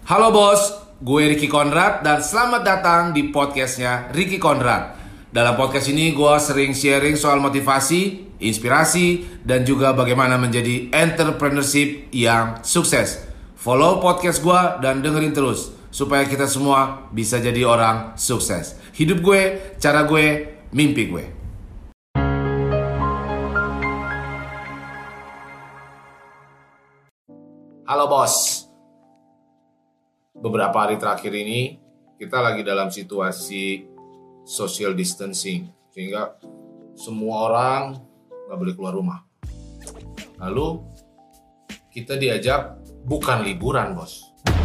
Halo bos, gue Ricky Conrad dan selamat datang di podcastnya Ricky Conrad. Dalam podcast ini gue sering sharing soal motivasi, inspirasi, dan juga bagaimana menjadi entrepreneurship yang sukses. Follow podcast gue dan dengerin terus supaya kita semua bisa jadi orang sukses. Hidup gue, cara gue, mimpi gue. Halo bos. Beberapa hari terakhir ini kita lagi dalam situasi social distancing sehingga semua orang nggak boleh keluar rumah. Lalu kita diajak bukan liburan bos.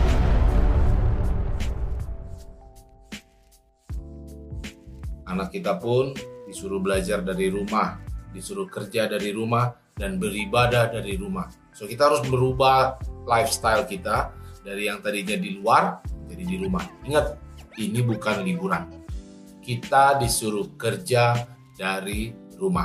Anak kita pun disuruh belajar dari rumah, disuruh kerja dari rumah dan beribadah dari rumah. So kita harus merubah lifestyle kita dari yang tadinya di luar jadi di rumah. Ingat, ini bukan liburan. Kita disuruh kerja dari rumah.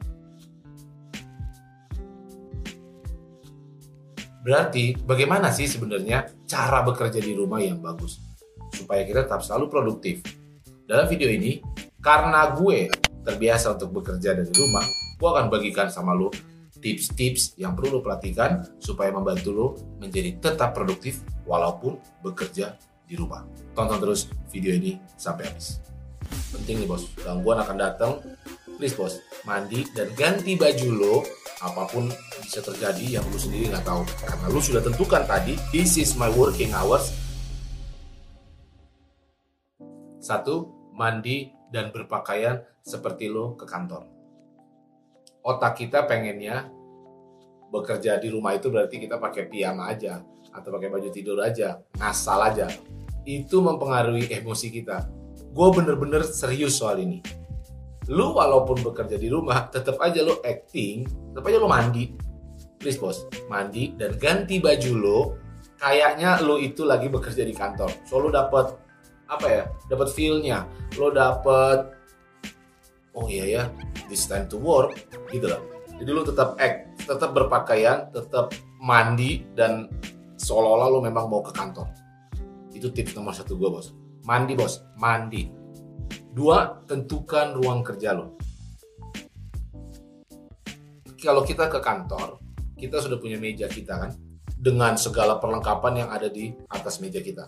Berarti bagaimana sih sebenarnya cara bekerja di rumah yang bagus supaya kita tetap selalu produktif? Dalam video ini, karena gue terbiasa untuk bekerja dari rumah, gue akan bagikan sama lo tips-tips yang perlu lo perhatikan supaya membantu lo menjadi tetap produktif walaupun bekerja di rumah. Tonton terus video ini sampai habis. Penting nih bos, gangguan akan datang. Please bos, mandi dan ganti baju lo. Apapun bisa terjadi yang lo sendiri nggak tahu. Karena lo sudah tentukan tadi, this is my working hours. 1. Mandi dan berpakaian seperti lo ke kantor. Otak kita pengennya bekerja di rumah itu berarti kita pakai piyama aja atau pakai baju tidur aja, ngasal aja. Itu mempengaruhi emosi kita. Gue bener-bener serius soal ini. Lu walaupun bekerja di rumah, tetap aja lu acting, tetap aja lu mandi. Please bos, mandi dan ganti baju lu. Kayaknya lu itu lagi bekerja di kantor. So lu dapet dapat feel-nya. Lu dapet oh iya ya, this time to work, gitu loh. Jadi lu tetap act, tetap berpakaian, tetap mandi, dan seolah-olah lu memang mau ke kantor. Itu tips nomor 1 gue bos. Mandi bos, mandi. 2, tentukan ruang kerja lo. Kalau kita ke kantor, kita sudah punya meja kita kan, dengan segala perlengkapan yang ada di atas meja kita.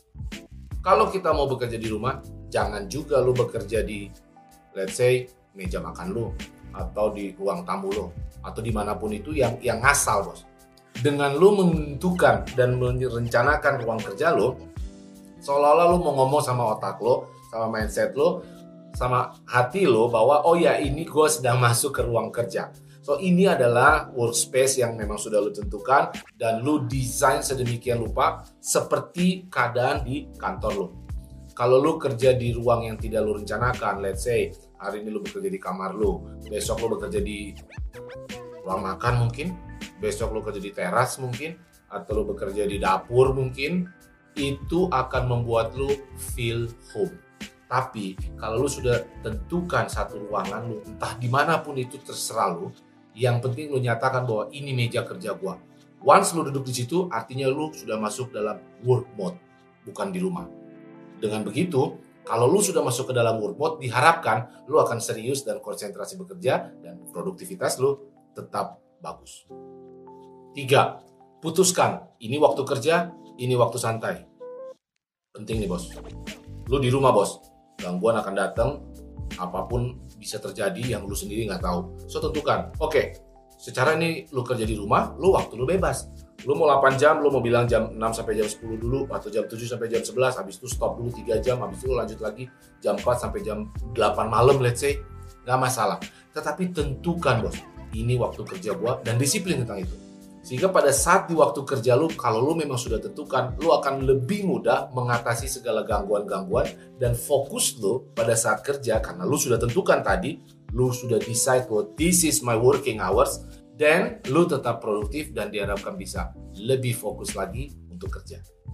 Kalau kita mau bekerja di rumah, jangan juga lu bekerja di let's say meja makan lo atau di ruang tamu lo atau dimanapun itu yang ngasal bos. Dengan lo menentukan dan merencanakan ruang kerja lo, seolah-olah lo mau ngomong sama otak lo, sama mindset lo, sama hati lo bahwa oh ya ini gue sedang masuk ke ruang kerja. So ini adalah workspace yang memang sudah lo tentukan dan lo desain sedemikian rupa seperti keadaan di kantor lo. Kalau lu kerja di ruang yang tidak lu rencanakan, let's say hari ini lu bekerja di kamar lu, besok lu bekerja di ruang makan mungkin, besok lu kerja di teras mungkin, atau lu bekerja di dapur mungkin, itu akan membuat lu feel home. Tapi kalau lu sudah tentukan satu ruangan lu, entah dimanapun itu terserah lu, yang penting lu nyatakan bahwa ini meja kerja gua. Once lu duduk di situ, artinya lu sudah masuk dalam work mode, bukan di rumah. Dengan begitu, kalau lu sudah masuk ke dalam work mode, diharapkan lu akan serius dan konsentrasi bekerja dan produktivitas lu tetap bagus. 3. Putuskan, ini waktu kerja, ini waktu santai. Penting nih bos. Lu di rumah bos, gangguan akan datang, apapun bisa terjadi yang lu sendiri nggak tahu. So tentukan, oke, secara ini lu kerja di rumah, lu waktu lu bebas. Lu mau 8 jam, lu mau bilang jam 6 sampai jam 10 dulu, atau jam 7 sampai jam 11, habis itu stop dulu 3 jam, habis itu lu lanjut lagi jam 4 sampai jam 8 malam, let's say, nggak masalah. Tetapi tentukan bos, ini waktu kerja gua, dan disiplin tentang itu. Sehingga pada saat di waktu kerja lu, kalau lu memang sudah tentukan, lu akan lebih mudah mengatasi segala gangguan-gangguan, dan fokus lu pada saat kerja, karena lu sudah tentukan tadi, lu sudah decide bahwa this is my working hours, dan lu tetap produktif dan diharapkan bisa lebih fokus lagi untuk kerja.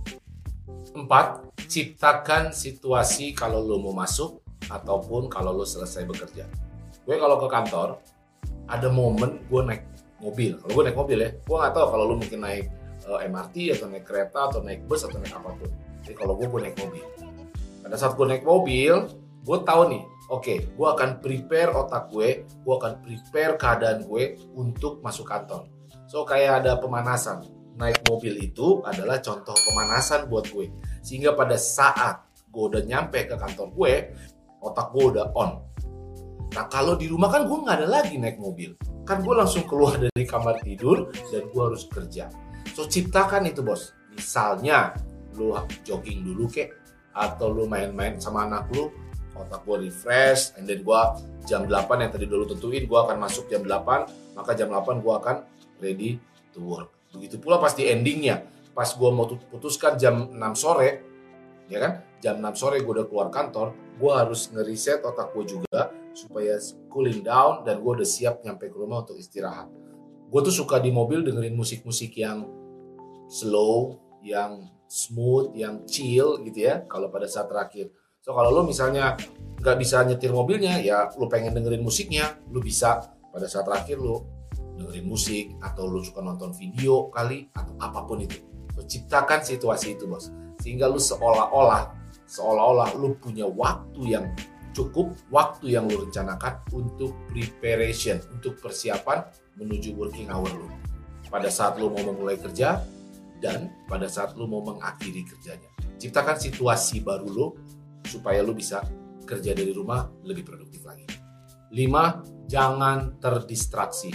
4. Ciptakan situasi kalau lu mau masuk ataupun kalau lu selesai bekerja. Gue kalau ke kantor, ada momen gue naik mobil. Kalau gue naik mobil ya, gue nggak tahu kalau lu mungkin naik MRT atau naik kereta atau naik bus atau naik apapun. Jadi kalau gue naik mobil. Pada saat gue naik mobil, gue tahu nih, oke, gue akan prepare otak gue akan prepare keadaan gue untuk masuk kantor. So kayak ada pemanasan. Naik mobil itu adalah contoh pemanasan buat gue. Sehingga pada saat gue udah nyampe ke kantor gue, otak gue udah on. Nah kalau di rumah kan gue nggak ada lagi naik mobil. Kan gue langsung keluar dari kamar tidur dan gue harus kerja. So ciptakan itu bos. Misalnya lu jogging dulu kek, atau lu main-main sama anak lu, otak gue refresh, and then gue jam 8 yang tadi dulu tentuin gue akan masuk jam 8, maka jam 8 gue akan ready to work. Begitu pula pas di endingnya, pas gue mau putuskan jam 6 sore, ya kan, jam 6 sore gue udah keluar kantor, gue harus nge-reset otak gue juga supaya cooling down dan gue udah siap nyampe ke rumah untuk istirahat. Gue tuh suka di mobil dengerin musik-musik yang slow, yang smooth, yang chill gitu ya kalau pada saat terakhir. So kalau lu misalnya nggak bisa nyetir mobilnya, ya lu pengen dengerin musiknya, lu bisa pada saat terakhir lu dengerin musik, atau lu suka nonton video kali, atau apapun itu. So, ciptakan situasi itu bos, sehingga lu seolah-olah lu punya waktu yang cukup, waktu yang lu rencanakan untuk preparation, untuk persiapan menuju working hour lu. Pada saat lu mau memulai kerja dan pada saat lu mau mengakhiri kerjanya. Ciptakan situasi baru lu supaya lu bisa kerja dari rumah lebih produktif lagi. 5. Jangan terdistraksi.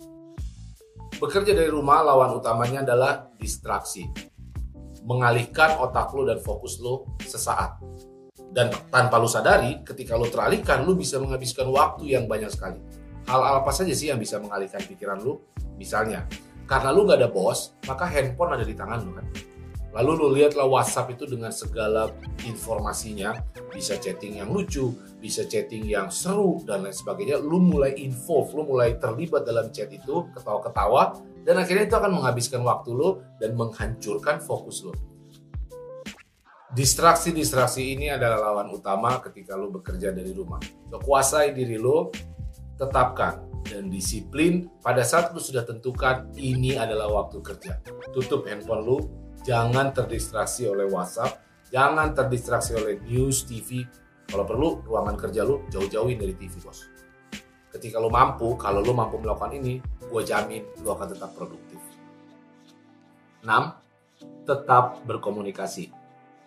Bekerja dari rumah lawan utamanya adalah distraksi. Mengalihkan otak lu dan fokus lu sesaat. Dan tanpa lu sadari, ketika lu teralihkan, lu bisa menghabiskan waktu yang banyak sekali. Hal apa saja sih yang bisa mengalihkan pikiran lu? Misalnya, karena lu gak ada bos, maka handphone ada di tangan lu kan. Lalu lu lihatlah WhatsApp itu dengan segala informasinya, bisa chatting yang lucu, bisa chatting yang seru, dan lain sebagainya. Lu mulai involve, lu mulai terlibat dalam chat itu, ketawa-ketawa, dan akhirnya itu akan menghabiskan waktu lu dan menghancurkan fokus lu. Distraksi-distraksi ini adalah lawan utama ketika lu bekerja dari rumah. So, kuasai diri lu, tetapkan dan disiplin pada saat lu sudah tentukan ini adalah waktu kerja. Tutup handphone lu, jangan terdistraksi oleh WhatsApp, jangan terdistraksi oleh news, TV. Kalau perlu, ruangan kerja lu jauh-jauhin dari TV, bos. Ketika lu mampu, kalau lu mampu melakukan ini, gue jamin lu akan tetap produktif. 6. Tetap berkomunikasi.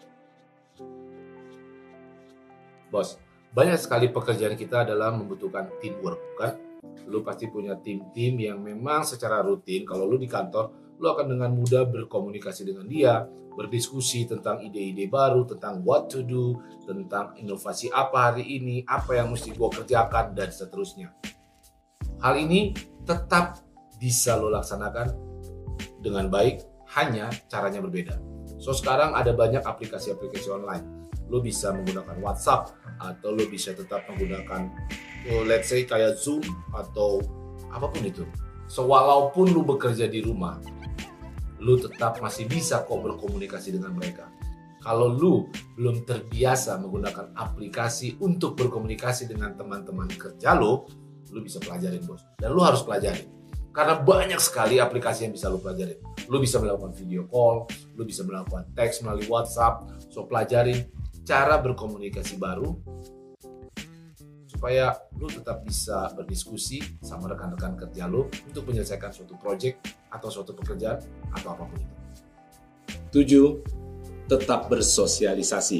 Bos, banyak sekali pekerjaan kita adalah membutuhkan teamwork, kan? Lu pasti punya tim-tim yang memang secara rutin, kalau lu di kantor, lu akan dengan mudah berkomunikasi dengan dia, berdiskusi tentang ide-ide baru, tentang what to do, tentang inovasi apa hari ini, apa yang mesti gua kerjakan, dan seterusnya. Hal ini tetap bisa lu laksanakan dengan baik, hanya caranya berbeda. So sekarang ada banyak aplikasi-aplikasi online. Lu bisa menggunakan WhatsApp, atau lu bisa tetap menggunakan let's say kayak Zoom atau apapun itu. So walaupun lu bekerja di rumah, lu tetap masih bisa kok berkomunikasi dengan mereka. Kalau lu belum terbiasa menggunakan aplikasi untuk berkomunikasi dengan teman-teman kerja lu bisa pelajarin bos. Dan lu harus pelajarin. Karena banyak sekali aplikasi yang bisa lu pelajarin. Lu bisa melakukan video call, lu bisa melakukan teks melalui WhatsApp. So pelajarin cara berkomunikasi baru supaya lu tetap bisa berdiskusi sama rekan-rekan kerja lu untuk menyelesaikan suatu project atau suatu pekerjaan atau apapun itu. 7. Tetap bersosialisasi.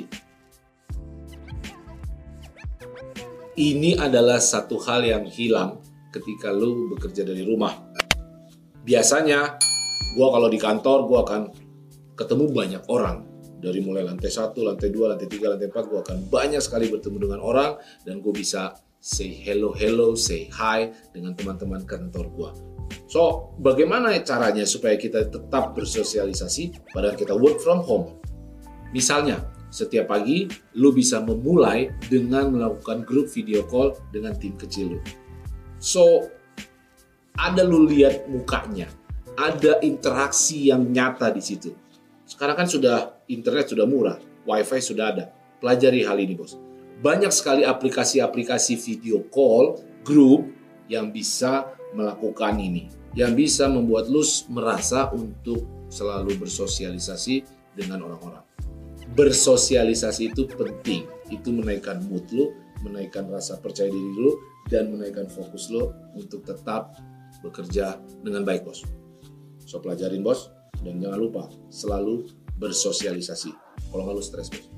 Ini adalah satu hal yang hilang ketika lu bekerja dari rumah. Biasanya, gua kalau di kantor, gua akan ketemu banyak orang. Dari mulai lantai 1, lantai 2, lantai 3, lantai 4, gue akan banyak sekali bertemu dengan orang dan gue bisa say hello, say hi dengan teman-teman kantor gue. So, bagaimana caranya supaya kita tetap bersosialisasi padahal kita work from home? Misalnya, setiap pagi lu bisa memulai dengan melakukan grup video call dengan tim kecil lu. So, ada lu lihat mukanya, ada interaksi yang nyata di situ. Sekarang kan internet sudah murah, wifi sudah ada. Pelajari hal ini bos. Banyak sekali aplikasi-aplikasi video call, grup yang bisa melakukan ini. Yang bisa membuat lu merasa untuk selalu bersosialisasi dengan orang-orang. Bersosialisasi itu penting, itu menaikkan mood lo, menaikkan rasa percaya diri lo, dan menaikkan fokus lo untuk tetap bekerja dengan baik, bos. So, pelajarin, bos, dan jangan lupa selalu bersosialisasi. Kalau nggak lo stres, bos.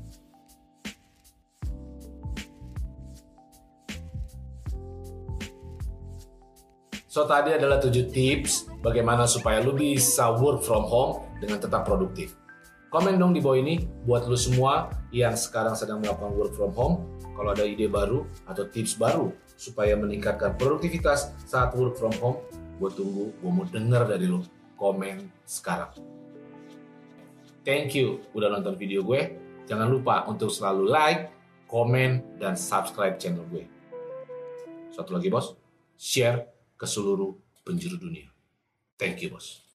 So, tadi adalah 7 tips bagaimana supaya lu bisa work from home dengan tetap produktif. Komen dong di bawah ini buat lu semua yang sekarang sedang melakukan work from home. Kalau ada ide baru atau tips baru supaya meningkatkan produktivitas saat work from home, gue tunggu, gue mau denger dari lu. Komen sekarang. Thank you udah nonton video gue. Jangan lupa untuk selalu like, komen, dan subscribe channel gue. Satu lagi, bos, share ke seluruh penjuru dunia. Thank you, bos.